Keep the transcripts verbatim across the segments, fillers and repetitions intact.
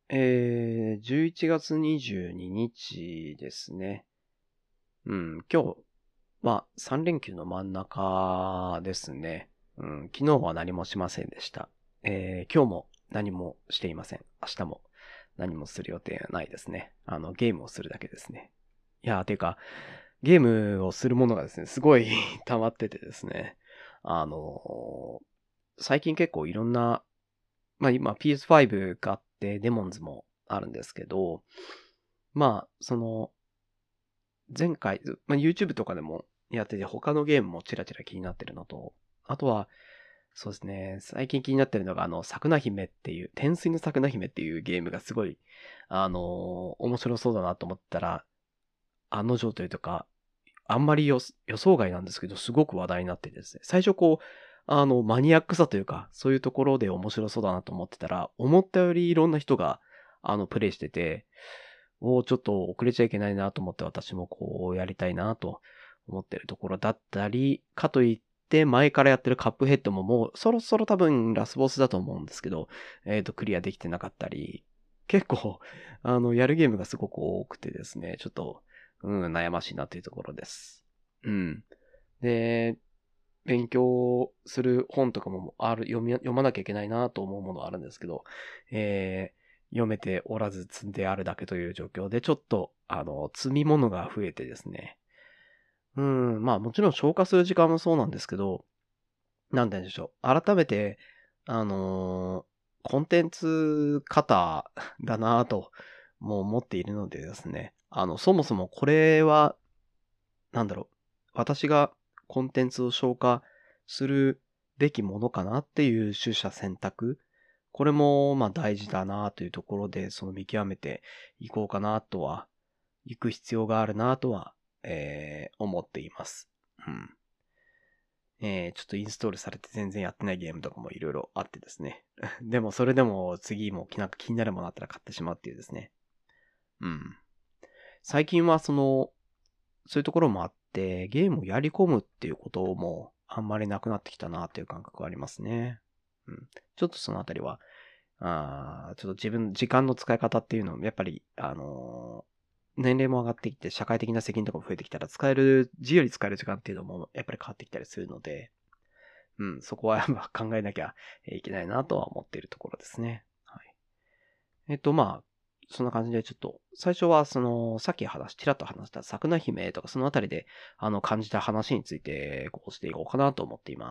えー、じゅういちがつにじゅうににちですね。うん、今日、まあ、さん連休の真ん中ですね。うん、昨日は何もしませんでした。えー、今日も何もしていません。明日も何もする予定はないですね。あの、ゲームをするだけですね。いやー、ていうか、ゲームをするものがですね、すごい溜まっててですね。あのー最近結構いろんな、まあ今 ピーエスファイブ があってデモンズもあるんですけど、まあ、その、前回、まあ、YouTube とかでもやってて、他のゲームもチラチラ気になってるのと、あとは、そうですね、最近気になってるのが、あの、桜姫っていう、天水の桜姫っていうゲームがすごい、あのー面白そうだなと思ったら、案の定というとか、あんまり予予想外なんですけど、すごく話題になってですね、最初こう、あの、マニアックさというか、そういうところで面白そうだなと思ってたら、思ったよりいろんな人が、あの、プレイしてて、をちょっと遅れちゃいけないなと思って私もこうやりたいなと思ってるところだったり、かといって前からやってるカップヘッドももうそろそろ多分ラスボスだと思うんですけど、えっと、クリアできてなかったり、結構、あの、やるゲームがすごく多くてですね、ちょっと、うん、悩ましいなというところです。うん。で、勉強する本とかもある、読み、読まなきゃいけないなと思うものはあるんですけど、えー、読めておらず積んであるだけという状況で、ちょっと、あの、積み物が増えてですね。うん、まあもちろん消化する時間もそうなんですけど、なんて言うんでしょう。改めて、あのーコンテンツ型だなと、もう思っているのでですね。あの、そもそもこれは、なんだろう。私がコンテンツを消化するべきものかなっていう取捨選択。これも、まあ大事だなというところで、その見極めていこうかなとは、行く必要があるなとは、えー、思っています。うん。えー、ちょっとインストールされて全然やってないゲームとかもいろいろあってですね。でもそれでも次もなんか気になるものあったら買ってしまうっていうですね。うん。最近はその、そういうところもあって、ゲームをやり込むっていうこともあんまりなくなってきたなっていう感覚はありますね。うん。ちょっとそのあたりは、あちょっと自分、時間の使い方っていうのも、やっぱり、あのー年齢も上がってきて、社会的な責任とかも増えてきたら、使える、自由に使える時間っていうのも、やっぱり変わってきたりするので、うん、そこはやっぱ考えなきゃいけないなとは思っているところですね。はい。えっと、まあ、そんな感じでちょっと、最初はその、さっき話、ちらっと話した桜姫とかそのあたりで、あの、感じた話について、こうしていこうかなと思っています。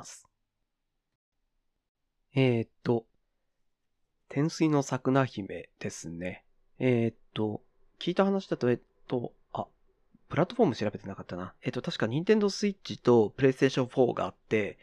えーっと、天水の桜姫ですね。えーっと、聞いた話だと、えっと、あ、プラットフォーム調べてなかったな。えっと、確か Nintendo Switch と PlayStation フォーがあって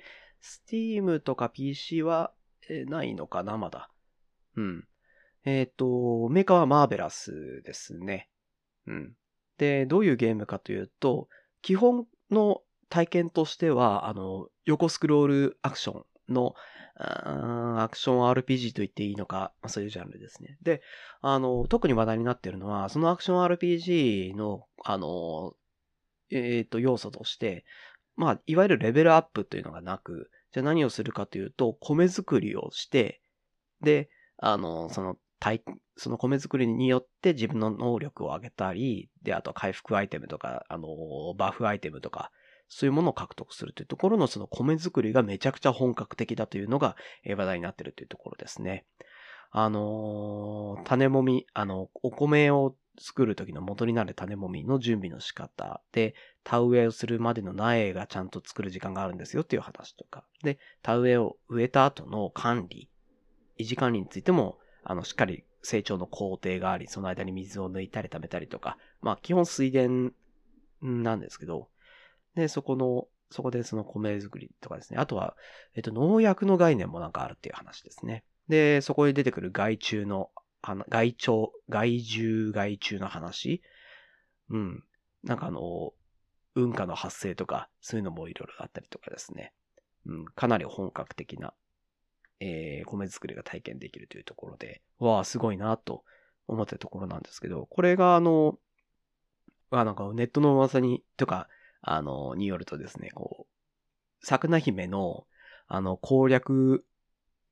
、Steam とか ピーシー は、えーないのかな、まだ。うん。えっと、メーカーはマーベラスですね。うん。で、どういうゲームかというと、基本の体験としては、あの、横スクロールアクションの、あーアクション アールピージー と言っていいのか、まあそういうジャンルですね。で、あの、特に話題になっているのは、そのアクション アールピージー の、あの、えっと、要素として、まあ、いわゆるレベルアップというのがなく、じゃあ何をするかというと、米作りをして、で、あの、その、体、その米作りによって自分の能力を上げたり、で、あとは回復アイテムとか、あの、バフアイテムとか、そういうものを獲得するというところのその米作りがめちゃくちゃ本格的だというのがえー話題になっているというところですね。あのー種もみ、あの、お米を作る時の元になる種もみの準備の仕方で、田植えをするまでの苗がちゃんと作る時間があるんですよっていう話とか、で、田植えを植えた後の管理、維持管理についても、あの、しっかり成長の工程があり、その間に水を抜いたり溜めたりとか、まあ、基本水田なんですけど、で、そこの、そこでその米作りとかですね。あとは、えっと、農薬の概念もなんかあるっていう話ですね。で、そこに出てくる害虫の、害虫、害獣害虫の話。うん。なんかあの、運河の発生とか、そういうのもいろいろあったりとかですね。うん。かなり本格的なえー、米作りが体験できるというところで、わあ、すごいなと思ってるところなんですけど、これがあの、あなんかネットの噂に、とか、あの、によるとですね、こう、桜姫の、あの、攻略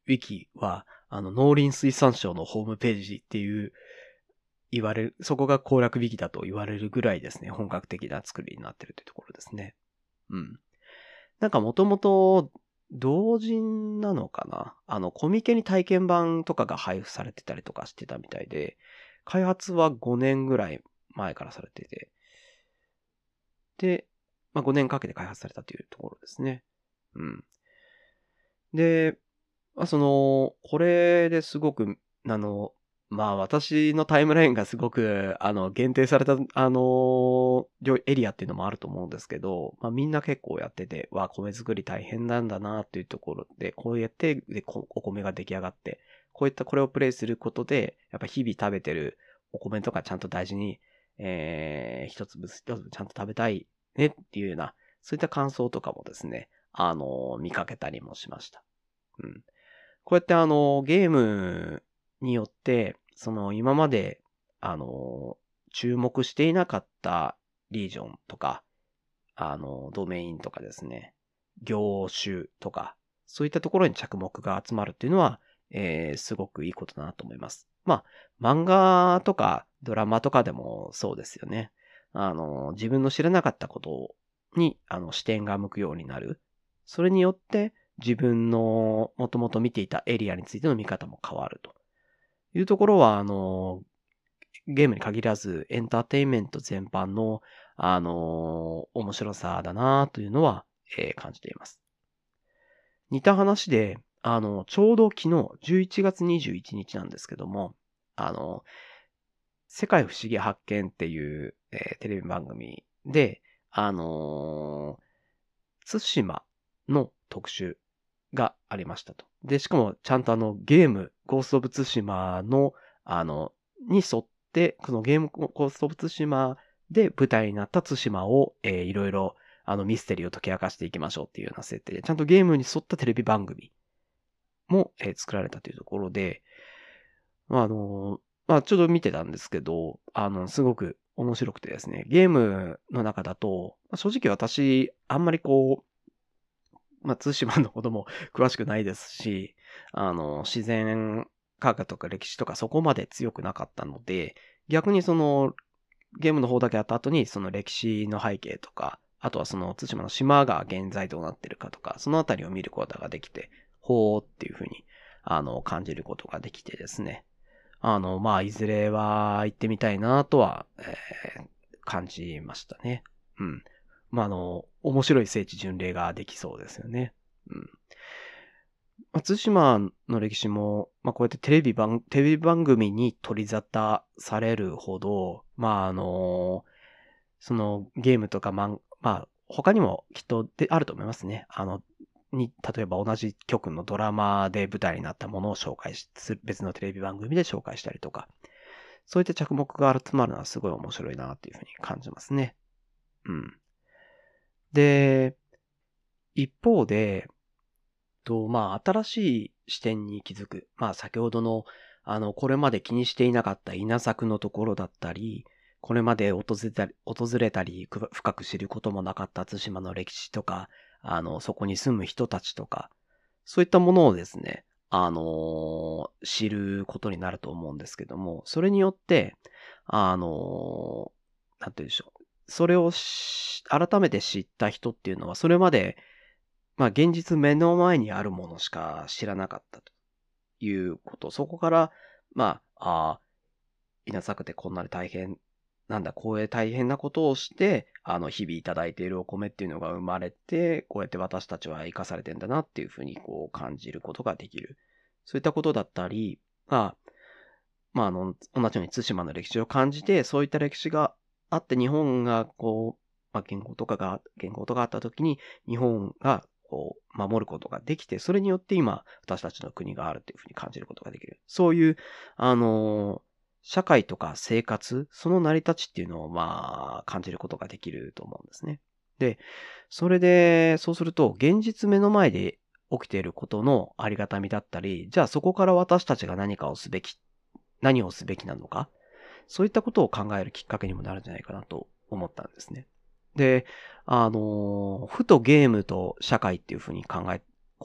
ウィキは、あの、農林水産省のホームページっていう、言われる、そこが攻略ウィキだと言われるぐらいですね、本格的な作りになってるというところですね。うん。なんかもともと、同人なのかなあの、コミケに体験版とかが配布されてたりとかしてたみたいで、開発はごねんぐらい前からされてて、で、まあ、ごねんかけて開発されたというところですね。うん。で、まあ、その、これですごく、あの、まあ私のタイムラインがすごく、あの、限定された、あの、領エリアっていうのもあると思うんですけど、まあみんな結構やってて、わあ、米作り大変なんだなっていうところで、こうやって、で、こお米が出来上がって、こういったこれをプレイすることで、やっぱ日々食べてるお米とかちゃんと大事に、えー、一粒一粒ちゃんと食べたいねっていうような、そういった感想とかもですね、あの、見かけたりもしました。うん。こうやってあの、ゲームによって、その今まで、あの、注目していなかったリージョンとか、あの、ドメインとかですね、業種とか、そういったところに着目が集まるっていうのは、えー、すごくいいことだなと思います。まあ、漫画とかドラマとかでもそうですよね。あの、自分の知らなかったことに、あの、視点が向くようになる。それによって、自分のもともと見ていたエリアについての見方も変わるというところは、あの、ゲームに限らずエンターテインメント全般の、あの、面白さだなというのは、えー感じています。似た話で、あの、ちょうど昨日じゅういちがつにじゅういちにちなんですけども、あの、世界不思議発見っていう、えーテレビ番組で、あのー、対馬の特集がありましたと。で、しかもちゃんとあのゲーム、ゴースト・オブ・ツシマの、あの、に沿って、このゲーム、ゴースト・オブ・ツシマで舞台になったツシマを、えー、いろいろ、あの、ミステリーを解き明かしていきましょうっていうような設定で、ちゃんとゲームに沿ったテレビ番組も、えー作られたというところで、まあ、あの、まあ、ちょうど見てたんですけど、あの、すごく面白くてですね、ゲームの中だと、まあ正直私、あんまりこう、まあ、対馬のことも詳しくないですし、あの、自然科学とか歴史とかそこまで強くなかったので、逆にその、ゲームの方だけやった後に、その歴史の背景とか、あとはその対馬の島が現在どうなってるかとか、そのあたりを見ることができて、ほーっていうふうに、あの、感じることができてですね。あの、まあ、いずれは行ってみたいなとは、えー感じましたね。うん。まあ、あの、面白い聖地巡礼ができそうですよね。うん。まあ、対馬の歴史も、まあ、こうやってテレビ番、テレビ番組に取り沙汰されるほど、まあ、あの、そのゲームとかマン、まあ、他にもきっとであると思いますね。あの、に、例えば同じ局のドラマで舞台になったものを紹介し、す別のテレビ番組で紹介したりとか、そういった着目が集まるのはすごい面白いなというふうに感じますね。うん。で、一方で、と、まあ、新しい視点に気づく。まあ、先ほどの、あの、これまで気にしていなかった稲作のところだったり、これまで訪れたり、訪れたり、く深く知ることもなかった対馬の歴史とか、あの、そこに住む人たちとか、そういったものをですね、あの知ることになると思うんですけども、それによって、あのなんて言うんでしょう。それをし改めて知った人っていうのは、それまで、まあ現実目の前にあるものしか知らなかったということ。そこから、まあ、ああ、稲作ってこんなに大変なんだ、こういう大変なことをして、あの、日々いただいているお米っていうのが生まれて、こうやって私たちは生かされてんだなっていうふうにこう感じることができる。そういったことだったり、まあ、まあ、あの、同じように対馬の歴史を感じて、そういった歴史があって、日本がこう、まあ、言語とかが、言語とかあった時に、日本がこう、守ることができて、それによって今、私たちの国があるっていうふうに感じることができる。そういう、あの社会とか生活、その成り立ちっていうのを、まあ、感じることができると思うんですね。で、それで、そうすると、現実目の前で起きていることのありがたみだったり、じゃあそこから私たちが何かをすべき、何をすべきなのか、そういったことを考えるきっかけにもなるんじゃないかなと思ったんですね。で、あの、ふとゲームと社会っていうふうに考え、こ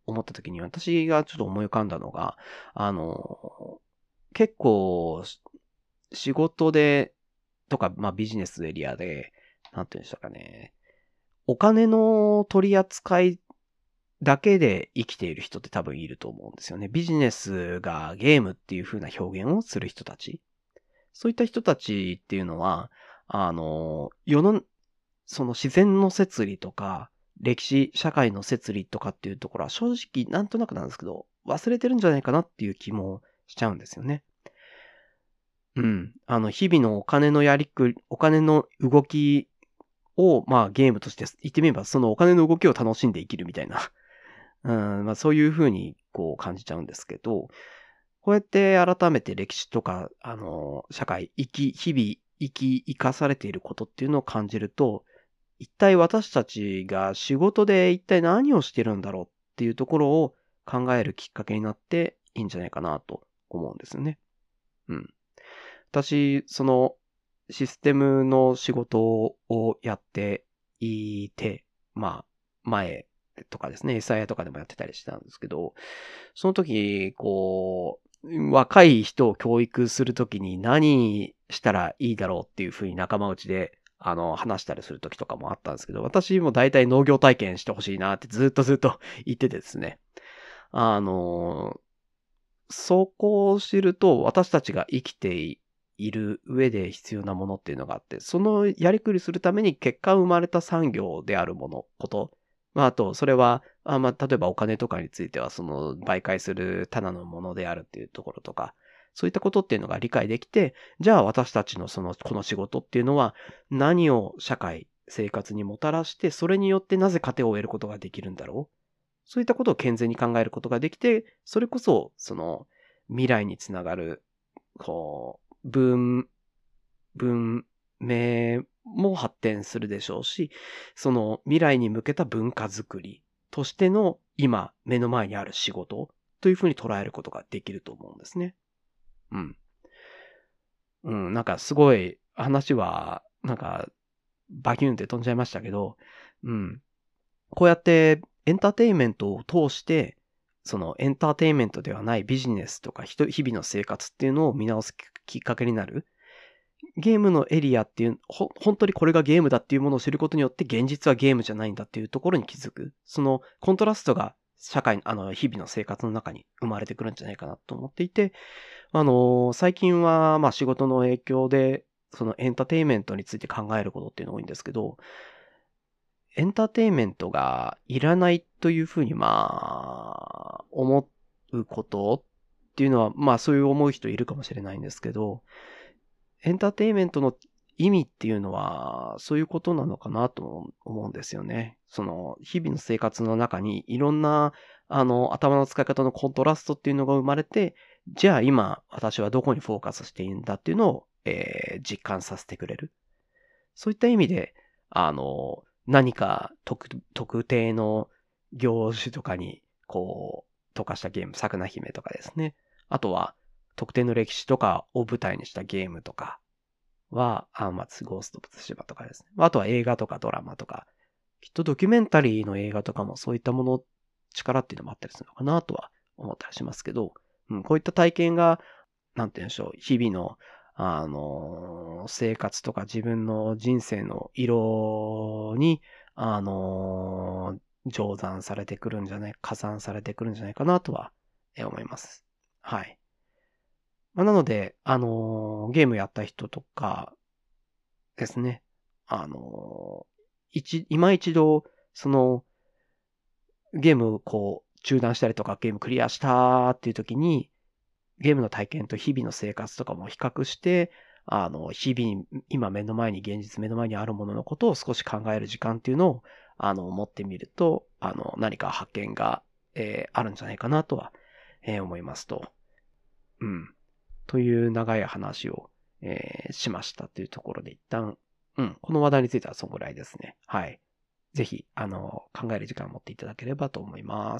思った時に私がちょっと思い浮かんだのが、あの、結構仕事で、とか、まあビジネスエリアで、なんていうんでしたかね、お金の取り扱いだけで生きている人って多分いると思うんですよね。ビジネスがゲームっていう風な表現をする人たち。そういった人たちっていうのは、あの、世の、その自然の摂理とか、歴史、社会の摂理とかっていうところは正直なんとなくなんですけど、忘れてるんじゃないかなっていう気もしちゃうんですよね。うん。あの、日々のお金のやりくり、お金の動きを、まあゲームとして言ってみれば、そのお金の動きを楽しんで生きるみたいな。うん、まあそういうふうにこう感じちゃうんですけど、こうやって改めて歴史とか、あの、社会、生き、日々生き、生かされていることっていうのを感じると、一体私たちが仕事で一体何をしてるんだろうっていうところを考えるきっかけになっていいんじゃないかなと思うんですよね。うん。私、そのシステムの仕事をやっていて、まあ、前とかですね、エスアイアイ とかでもやってたりしてたんですけど、その時、こう、若い人を教育するときに何したらいいだろうっていうふうに仲間内で、あの、話したりするときとかもあったんですけど、私も大体農業体験してほしいなってずっとずっと言っててですね。あの、そこを知ると私たちが生きている上で必要なものっていうのがあって、そのやりくりするために結果生まれた産業であるもの、こと。まあ、あと、それは、あまあ、例えばお金とかについては、その、媒介するただのものであるっていうところとか、そういったことっていうのが理解できて、じゃあ私たちのその、この仕事っていうのは、何を社会、生活にもたらして、それによってなぜ糧を得ることができるんだろう。そういったことを健全に考えることができて、それこそ、その、未来につながる、こう、文、文明も発展するでしょうし、その未来に向けた文化づくりとしての今目の前にある仕事というふうに捉えることができると思うんですね。うん。うん、なんかすごい話は、なんかバキュンって飛んじゃいましたけど、うん。こうやってエンターテインメントを通して、そのエンターテインメントではないビジネスとか日々の生活っていうのを見直すきっかけになる。ゲームのエリアっていう、ほ、本当にこれがゲームだっていうものを知ることによって、現実はゲームじゃないんだっていうところに気づく。そのコントラストが社会、あの、日々の生活の中に生まれてくるんじゃないかなと思っていて、あの、最近は、まあ仕事の影響で、そのエンターテインメントについて考えることっていうの多いんですけど、エンターテインメントがいらないというふうに、まあ、思うことっていうのは、まあそういう思う人いるかもしれないんですけど、エンターテインメントの意味っていうのは、そういうことなのかなと思うんですよね。その、日々の生活の中にいろんな、あの、頭の使い方のコントラストっていうのが生まれて、じゃあ今、私はどこにフォーカスしていいんだっていうのを、えー実感させてくれる。そういった意味で、あの、何か特、特定の業種とかに、こう、特化したゲーム、サクナ姫とかですね。あとは、特定の歴史とかを舞台にしたゲームとかは、あ、まあ、ゴースト・オブ・ツシマとかですね。あとは映画とかドラマとか、きっとドキュメンタリーの映画とかもそういったもの、力っていうのもあったりするのかなとは思ったりしますけど、うん、こういった体験が、なんて言うんでしょう、日々の、あの、生活とか自分の人生の色に、あの、乗算されてくるんじゃない、加算されてくるんじゃないかなとはえ思います。はい。まあ、なので、あのーゲームやった人とかですね、あのー一、今一度、その、ゲームをこう、中断したりとか、ゲームクリアしたっていう時に、ゲームの体験と日々の生活とかも比較して、あの、日々に、今目の前に、現実目の前にあるもののことを少し考える時間っていうのを、あの、持ってみると、あの、何か発見が、えーあるんじゃないかなとは、えー思いますと。うん。という長い話を、えーしましたというところで一旦、うん、この話題についてはそのぐらいですね。はい。ぜひ、あの、考える時間を持っていただければと思います。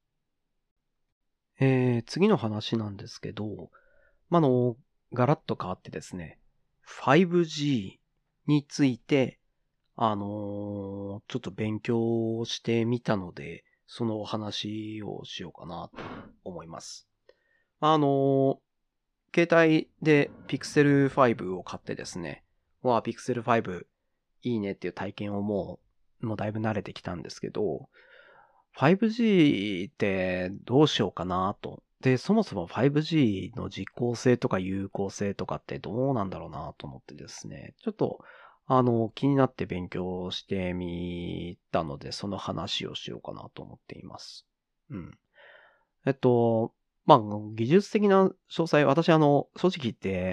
えー、次の話なんですけど、まあ、の、ガラッと変わってですね、ファイブジー について、あのーちょっと勉強してみたので、 そのお話をしようかなと思います。あの、携帯で ピクセルファイブを買ってですね、わあ、ピクセルファイブいいねっていう体験をもう、もうだいぶ慣れてきたんですけど、ファイブジー ってどうしようかなと。で、そもそも ファイブジー の実効性とか有効性とかってどうなんだろうなと思ってですね、ちょっと、あの、気になって勉強してみたので、その話をしようかなと思っています。うん。えっと、まあ、技術的な詳細、私、あの、正直言って、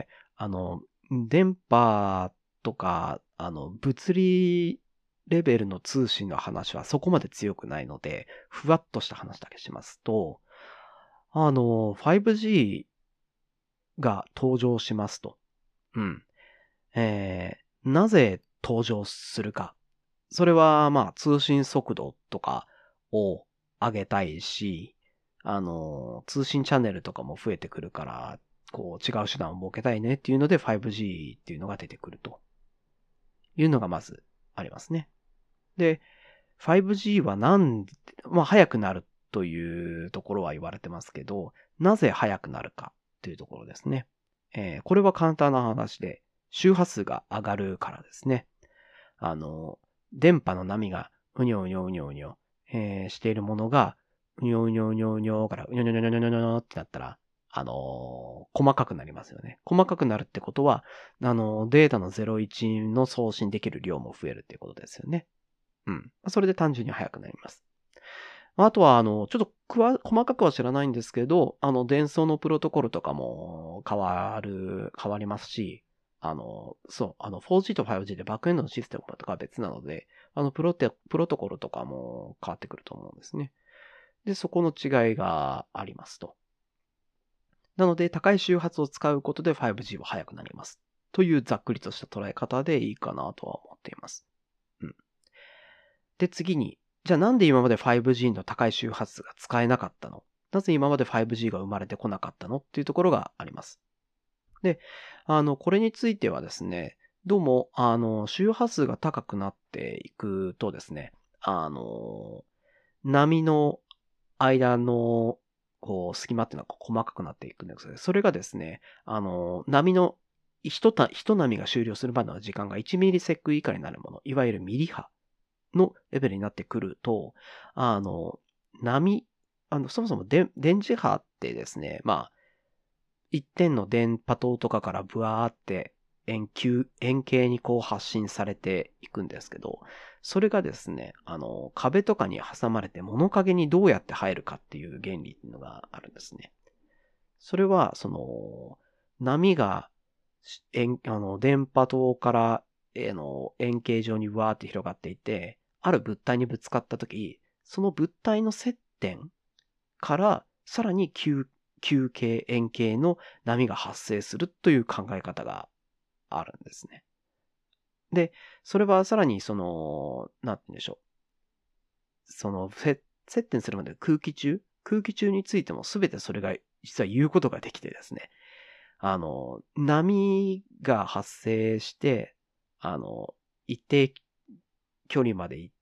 あの、電波とか、あの、物理レベルの通信の話はそこまで強くないので、ふわっとした話だけしますと、あの、ファイブジー が登場しますと。うん。えー、なぜ登場するか。それは、まあ、通信速度とかを上げたいし、あの、通信チャンネルとかも増えてくるから、こう、違う手段を設けたいねっていうので ファイブジー っていうのが出てくるというのがまずありますね。で、ファイブジー はなんで、まあ、速くなるというところは言われてますけど、なぜ速くなるかというところですね。えー、これは簡単な話で、周波数が上がるからですね。あの、電波の波がうにょうにょうにょうにょ、えー、しているものが、うにょうにょうにょうにょから、うにょにょにょにょにょにょってなったら、あのー、細かくなりますよね。細かくなるってことは、あのー、データのゼロいちの送信できる量も増えるっていうことですよね。うん。それで単純に速くなります。あとは、あの、ちょっとくわ、細かくは知らないんですけど、あの、伝送のプロトコルとかも変わる、変わりますし、あの、そう、あの、フォージー と ファイブジー でバックエンドのシステムとかは別なので、あの、プロテ、プロトコルとかも変わってくると思うんですね。で、そこの違いがありますと。なので、高い周波数を使うことで ファイブジー は速くなります。というざっくりとした捉え方でいいかなとは思っています。うん。で、次に、じゃあなんで今まで ファイブジー の高い周波数が使えなかったの？なぜ今まで ファイブジー が生まれてこなかったのっていうところがあります。で、あの、これについてはですね、どうも、あの、周波数が高くなっていくとですね、あの、波の間の、こう、隙間っていうのは細かくなっていくんですけど、それがですね、あの、波の、一た、一波が終了するまでの時間がいちミリセック以下になるもの、いわゆるミリ波のレベルになってくると、あの、波、あの、そもそも電磁波ってですね、まあ、一点の電波塔とかからブワーって円球、円形にこう発信されていくんですけど、それがですね、あの、壁とかに挟まれて物陰にどうやって入るかっていう原理っていうのがあるんですね。それは、その、波が、円あの、電波塔から、えの、円形状にわーって広がっていて、ある物体にぶつかったとき、その物体の接点から、さらに球、球形、円形の波が発生するという考え方があるんですね。で、それはさらにその、なんて言うんでしょう。その、接点するまで空気中空気中についても全てそれが実は言うことができてですね。あの、波が発生して、あの、一定距離まで行って、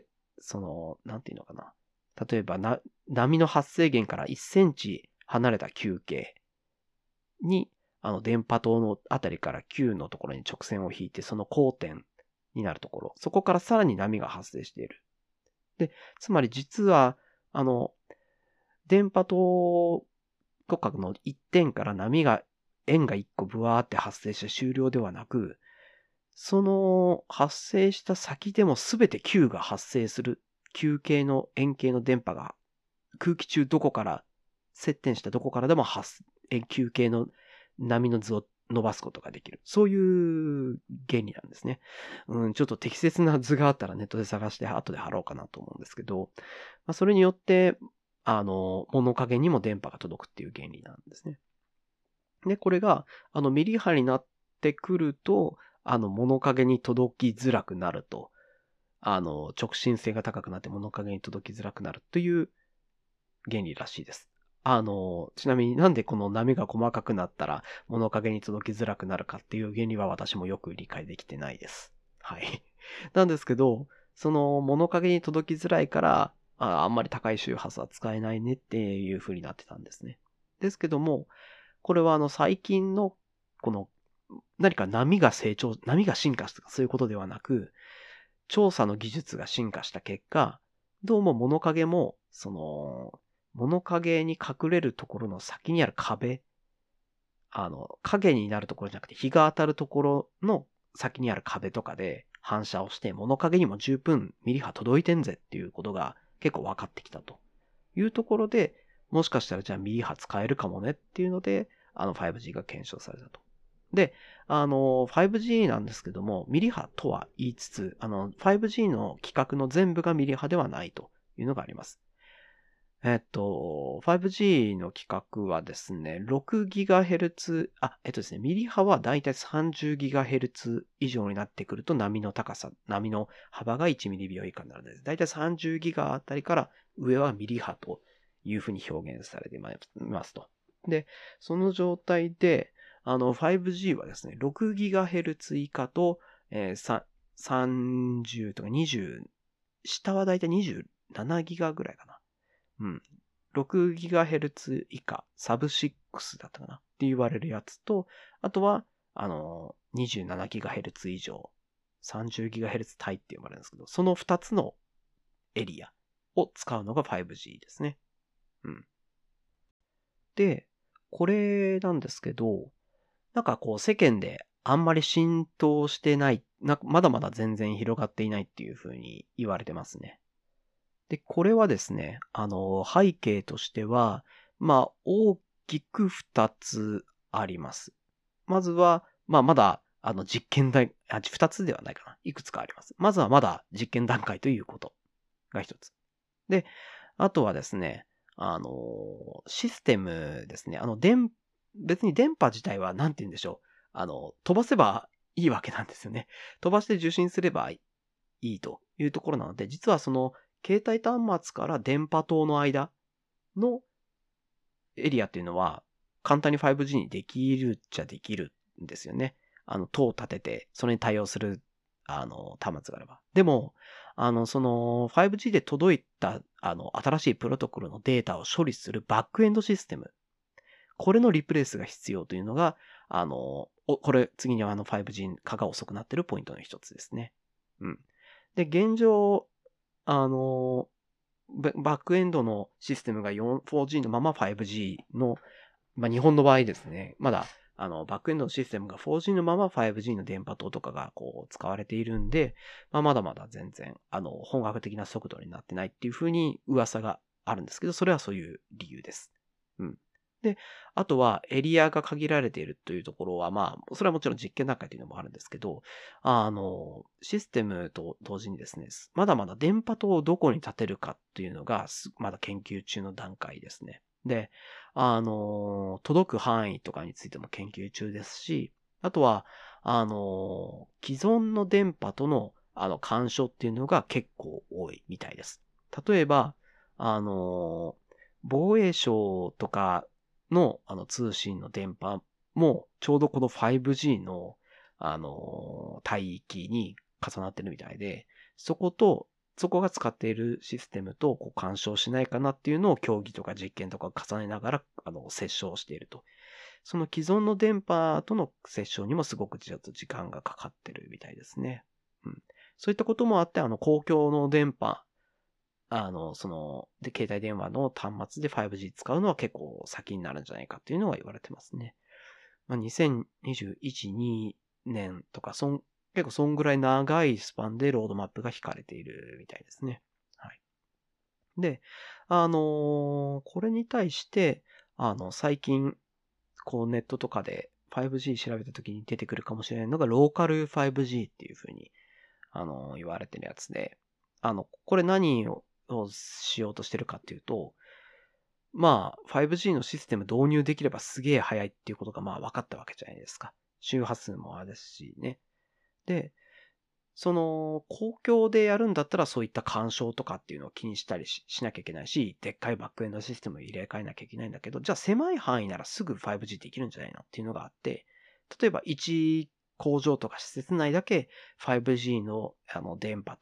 その、なんていうのかな。例えばな、波の発生源からいっセンチ離れた球形に、あの、電波塔のあたりから球のところに直線を引いて、その交点になるところ、そこからさらに波が発生している。で、つまり実は、あの、電波塔とかの一点から波が、円が一個ブワーって発生して終了ではなく、その発生した先でも全て球が発生する。球形の円形の電波が空気中どこから、接点したどこからでも発、円球形の波の図を伸ばすことができる。そういう原理なんですね。うん、ちょっと適切な図があったらネットで探して後で貼ろうかなと思うんですけど、まあ、それによって、あの、物陰にも電波が届くっていう原理なんですね。で、これが、あの、ミリ波になってくると、あの、物陰に届きづらくなると、あの、直進性が高くなって物陰に届きづらくなるという原理らしいです。あの、ちなみになんでこの波が細かくなったら物陰に届きづらくなるかっていう原理は私もよく理解できてないです。はい。なんですけど、その物陰に届きづらいから、 あ、あんまり高い周波数は使えないねっていう風になってたんですね。ですけども、これはあの最近のこの何か波が成長、波が進化したとかそういうことではなく、調査の技術が進化した結果、どうも物陰も、その、物陰に隠れるところの先にある壁、あの、影になるところじゃなくて日が当たるところの先にある壁とかで反射をして、物陰にも十分ミリ波届いてんぜっていうことが結構分かってきたというところで、もしかしたらじゃあミリ波使えるかもねっていうので、あの ファイブジー が検証されたと。で、あの、ファイブジー なんですけども、ミリ波とは言いつつ、あの、ファイブジー の規格の全部がミリ波ではないというのがあります。えっと、ファイブジー の規格はですね、ろくギガヘルツ、あ、えっとですね、ミリ波はだいたい さんじゅうギガヘルツ 以上になってくると波の高さ、波の幅がいちミリ秒以下になるので、だいたいさんじゅうギガあたりから上はミリ波というふうに表現されていますと。で、その状態で、あの、ファイブジー はですね、ろくギガヘルツ 以下と、えー、さんじゅうとかにじゅう、下はだいたいにじゅうななギガぐらいかな。うん。ろくギガヘルツ 以下、サブシックスだったかなって言われるやつと、あとは、あの、にじゅうななギガヘルツ 以上、さんじゅうギガヘルツ 帯って呼ばれるんですけど、そのふたつのエリアを使うのが ファイブジー ですね。うん。で、これなんですけど、なんかこう世間であんまり浸透してない、なんかまだまだ全然広がっていないっていう風に言われてますね。で、これはですね、あの、背景としては、まあ、大きく二つあります。まずは、まあ、まだ、あの、実験段、あ、二つではないかな。いくつかあります。まずはまだ実験段階ということが一つ。で、あとはですね、あの、システムですね。あの、電、別に電波自体は何て言うんでしょう。あの、飛ばせばいいわけなんですよね。飛ばして受信すればいいというところなので、実はその、携帯端末から電波塔の間のエリアっていうのは、簡単に ファイブジー にできるっちゃできるんですよね。あの、塔を立てて、それに対応する、あの、端末があれば。でも、あの、その、ファイブジー で届いた、あの、新しいプロトコルのデータを処理するバックエンドシステム。これのリプレイスが必要というのが、あの、これ、次にはあの ファイブジー 化が遅くなっているポイントの一つですね。うん。で、現状、あの、バックエンドのシステムが フォージー のまま ファイブジー の、まあ、日本の場合ですね、まだ、あの、バックエンドのシステムが フォージー のまま ファイブジー の電波塔とかがこう使われているんで、まあ、まだまだ全然、あの、本格的な速度になってないっていう風に噂があるんですけど、それはそういう理由です。うん。で、あとはエリアが限られているというところは、まあ、それはもちろん実験段階というのもあるんですけど、あの、システムと同時にですね、まだまだ電波塔をどこに立てるかっていうのが、まだ研究中の段階ですね。で、あの、届く範囲とかについても研究中ですし、あとは、あの、既存の電波との、あの、干渉っていうのが結構多いみたいです。例えば、あの、防衛省とかの、あの、通信の電波も、ちょうどこの ファイブジー の、あの、帯域に重なってるみたいで、そこと、そこが使っているシステムとこう干渉しないかなっていうのを競技とか実験とかを重ねながら、あの、接触していると。その既存の電波との接触にもすごくちょっと時間がかかってるみたいですね。うん。そういったこともあって、あの、公共の電波、あの、その、で、携帯電話の端末で ファイブジー 使うのは結構先になるんじゃないかっていうのは言われてますね。まあ、にせんにじゅういち、にねんとか、そん、結構そんぐらい長いスパンでロードマップが引かれているみたいですね。はい。で、あのーこれに対して、あの、最近、こうネットとかで ファイブジー 調べた時に出てくるかもしれないのが、ローカル ファイブジー っていう風に、あのー言われてるやつで、あの、これ何をしようとしてるかっていうと、まあ、ファイブジー のシステム導入できればすげえ早いっていうことがまあ分かったわけじゃないですか。周波数もあれですしね。で、その、公共でやるんだったらそういった干渉とかっていうのを気にしたり し, しなきゃいけないし、でっかいバックエンドシステムを入れ替えなきゃいけないんだけど、じゃあ狭い範囲ならすぐ ファイブジー できるんじゃないのっていうのがあって、例えばいち工場とか施設内だけ ファイブジー のあの電波と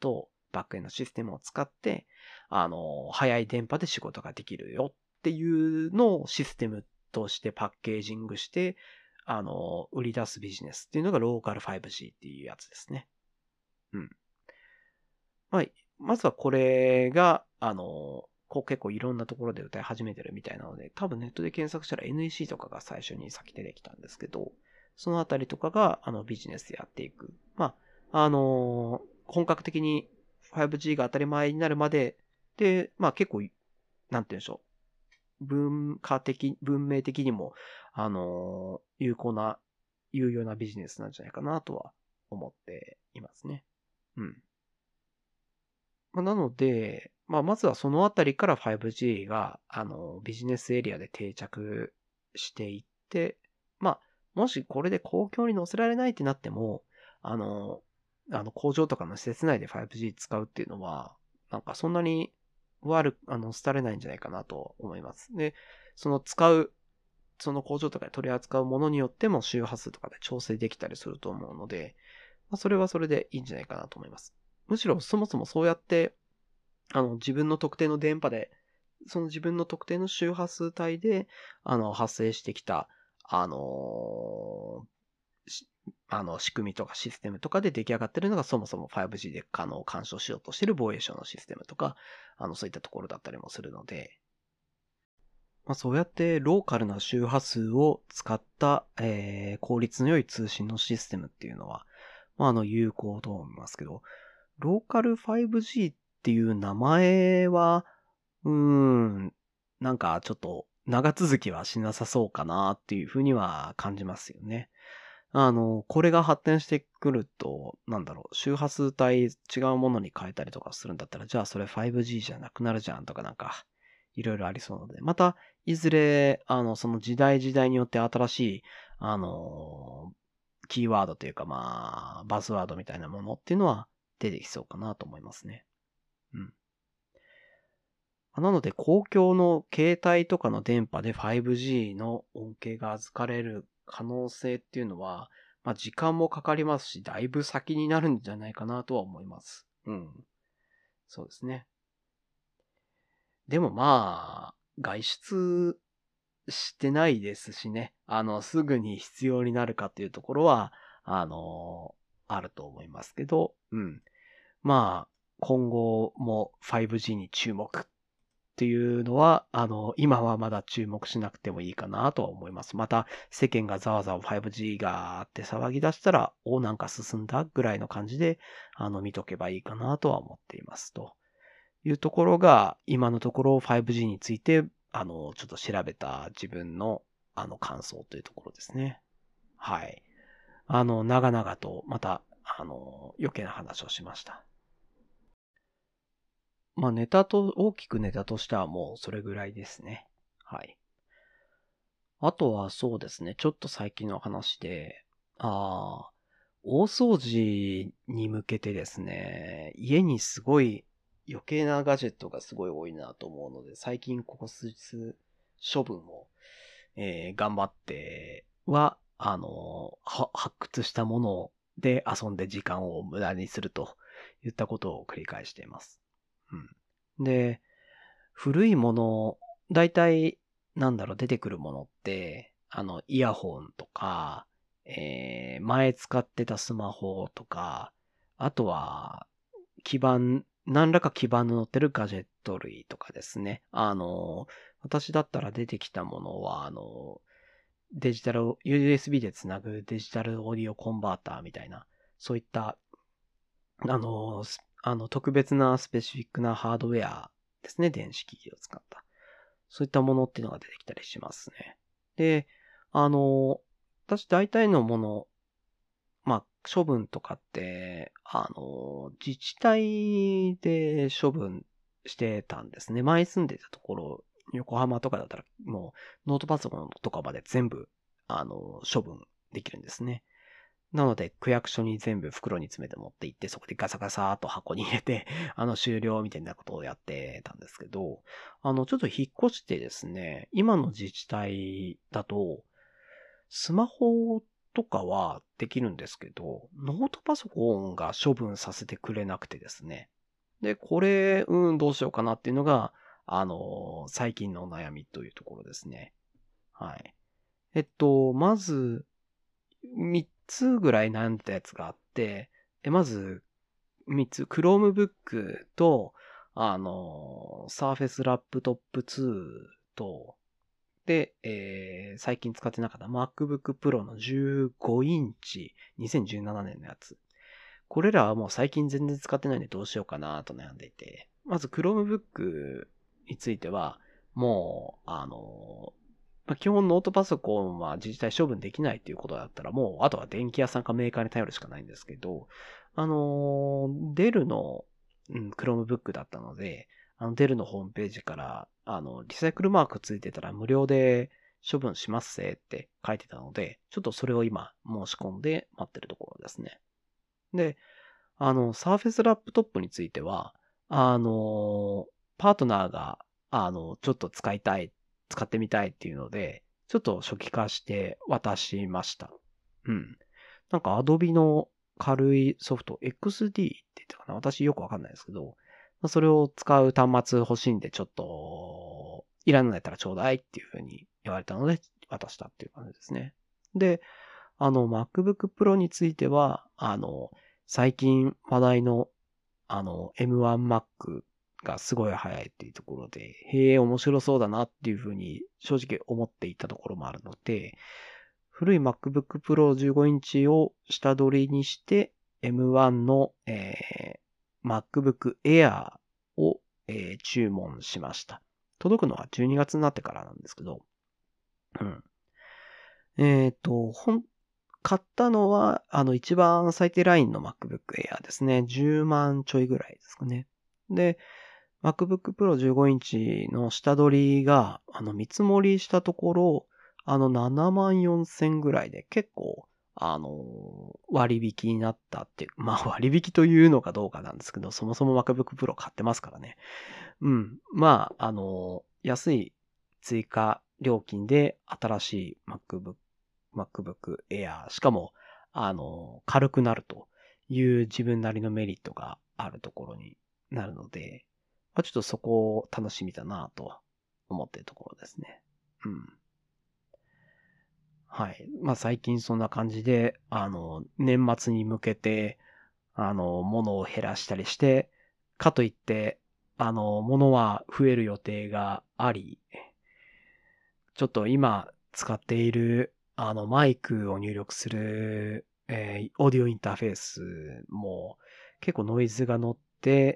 バックエンドシステムを使って、あの、速い電波で仕事ができるよっていうのをシステムとしてパッケージングして、あの、売り出すビジネスっていうのがローカル ファイブジー っていうやつですね。うん。まあ、まずはこれが、あの、こう結構いろんなところで歌い始めてるみたいなので、多分ネットで検索したら エヌイーシー とかが最初に先出てきたんですけど、そのあたりとかが、あの、ビジネスでやっていく。まあ、あの本格的に ファイブジー が当たり前になるまで、で、まあ結構、なんて言うんでしょう。文化的、文明的にも、あの有効な、有用なビジネスなんじゃないかなとは思っていますね。うん。まあ、なので、まあ、まずはそのあたりから ファイブジー が、あの、ビジネスエリアで定着していって、まあ、もしこれで公共に載せられないってなっても、あの、あの工場とかの施設内で ファイブジー 使うっていうのは、なんかそんなに悪く、あの、廃れないんじゃないかなと思います。で、その使う、その工場とかで取り扱うものによっても周波数とかで調整できたりすると思うので、まあ、それはそれでいいんじゃないかなと思います。むしろそもそもそうやって、あの、自分の特定の電波で、その自分の特定の周波数帯で、あの、発生してきた、あのーあの、仕組みとかシステムとかで出来上がってるのがそもそも ファイブジー で可能を干渉しようとしている防衛省のシステムとか、あの、そういったところだったりもするので、まあ、そうやってローカルな周波数を使った、えー、効率の良い通信のシステムっていうのは、まあ、あの、有効と思いますけど、ローカル ファイブジー っていう名前は、うーん、なんかちょっと長続きはしなさそうかなっていうふうには感じますよね。あの、これが発展してくると、なんだろう、周波数帯違うものに変えたりとかするんだったら、じゃあそれ ファイブジー じゃなくなるじゃんとかなんか、いろいろありそうなので、また、いずれ、あの、その時代時代によって新しい、あの、キーワードというか、まあ、バズワードみたいなものっていうのは出てきそうかなと思いますね。うん。なので、公共の携帯とかの電波で ファイブジー の恩恵が預かれる可能性っていうのは、まあ時間もかかりますし、だいぶ先になるんじゃないかなとは思います。うん。そうですね。でもまあ、外出してないですしね。あの、すぐに必要になるかっていうところは、あの、あると思いますけど、うん。まあ、今後も ファイブジー に注目っていうのは、あの、今はまだ注目しなくてもいいかなとは思います。また、世間がざわざわ ファイブジー があって騒ぎ出したら、お、なんか進んだぐらいの感じで、あの、見とけばいいかなとは思っています。というところが、今のところ ファイブジー について、あの、ちょっと調べた自分の、あの、感想というところですね。はい。あの、長々と、また、あの、余計な話をしました。まあネタと、大きくネタとしてはもうそれぐらいですね。はい。あとはそうですね、ちょっと最近の話で、ああ、大掃除に向けてですね、家にすごい余計なガジェットがすごい多いなと思うので、最近ここ数日処分を、えー頑張っては、あの、は発掘したもので遊んで時間を無駄にするといったことを繰り返しています。うん。で、古いもの、だいたい、なんだろう、出てくるものって、あの、イヤホンとか、えー、前使ってたスマホとか、あとは、基板、何らか基板の乗ってるガジェット類とかですね。あの、私だったら出てきたものは、あの、デジタル、ユーエスビー でつなぐデジタルオーディオコンバーターみたいな、そういった、あの、あの特別なスペシフィックなハードウェアですね。電子機器を使った。そういったものっていうのが出てきたりしますね。で、あの、私大体のもの、まあ、処分とかって、あの、自治体で処分してたんですね。前住んでたところ、横浜とかだったら、もうノートパソコンとかまで全部、あの、処分できるんですね。なので、区役所に全部袋に詰めて持って行って、そこでガサガサーっと箱に入れて、あの、終了みたいなことをやってたんですけど、あの、ちょっと引っ越してですね、今の自治体だと、スマホとかはできるんですけど、ノートパソコンが処分させてくれなくてですね。 で、これ、うん、どうしようかなっていうのが、あの、最近のお悩みというところですね。はい。えっと、まず、みっつぐらい悩んでたやつがあって、えまず、みっつ、Chromebook と、あの、Surface Laptop ツーと、で、えー最近使ってなかった MacBook Pro のじゅうごインチ、にせんじゅうななねんのやつ。これらはもう最近全然使ってないんでどうしようかなと悩んでいて。まず Chromebook については、もう、あの、まあ基本ノートパソコンは自治体処分できないっていうことだったら、もう、あとは電気屋さんかメーカーに頼るしかないんですけど、あの、デルの、うん、Chromebook だったので、あの、デルのホームページから、あの、リサイクルマークついてたら無料で処分しますせって書いてたので、ちょっとそれを今申し込んで待ってるところですね。で、あの、Surface Laptop については、あの、パートナーが、あの、ちょっと使いたい、使ってみたいっていうので、ちょっと初期化して渡しました。うん。なんか Adobe の軽いソフト エックスディー って言ったかな、私よくわかんないですけど、それを使う端末欲しいんで、ちょっと、いらないんだったらちょうだいっていうふうに言われたので、渡したっていう感じですね。で、あの、MacBook Pro については、あの、最近話題の、あの、エムワン Mac がすごい速いっていうところで、へえ、面白そうだなっていうふうに正直思っていたところもあるので、古い MacBook Pro じゅうごインチを下取りにして、エムワン の、えー、MacBook Air を、えー注文しました。届くのはじゅうにがつになってからなんですけど、うん。えっと、ほん、買ったのは、あの、一番最低ラインの MacBook Air ですね。じゅうまんちょいぐらいですかね。で、MacBook Pro じゅうごインチの下取りが、あの、見積もりしたところ、あの、ななまんよんせんぐらいで結構、あの、割引になったっていう、まあ割引というのかどうかなんですけど、そもそも MacBook Pro 買ってますからね。うん。まあ、あの、安い追加料金で新しい MacBook MacBook Air。しかも、あの、軽くなるという自分なりのメリットがあるところになるので、まあ、ちょっとそこを楽しみだなと思っているところですね。うん。はい。まあ最近そんな感じで、あの、年末に向けて、あの、物を減らしたりして、かといって、あの、物は増える予定があり、ちょっと今使っている、あの、マイクを入力する、えーオーディオインターフェースも結構ノイズが乗って、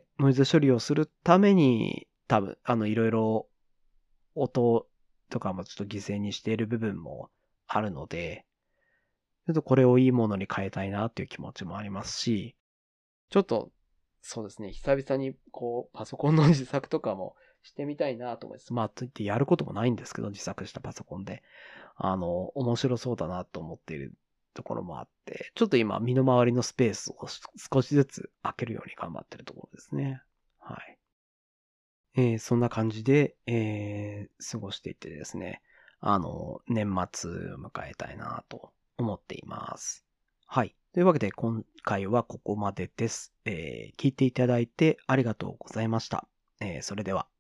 ノイズ処理をするために、多分、あの、いろいろ音とかもちょっと犠牲にしている部分もあるので、ちょっとこれをいいものに変えたいなっていう気持ちもありますし、ちょっと、そうですね、久々にこう、パソコンの自作とかもしてみたいなと思います。まあ、といってやることもないんですけど、自作したパソコンで。あの、面白そうだなと思っているところもあって、ちょっと今、身の回りのスペースを少しずつ開けるように頑張ってるところですね。はい。えーそんな感じで、えー過ごしていってですね、あの、年末を迎えたいなと思っています。はい。というわけで、今回はここまでです。えー聞いていただいてありがとうございました。えーそれでは。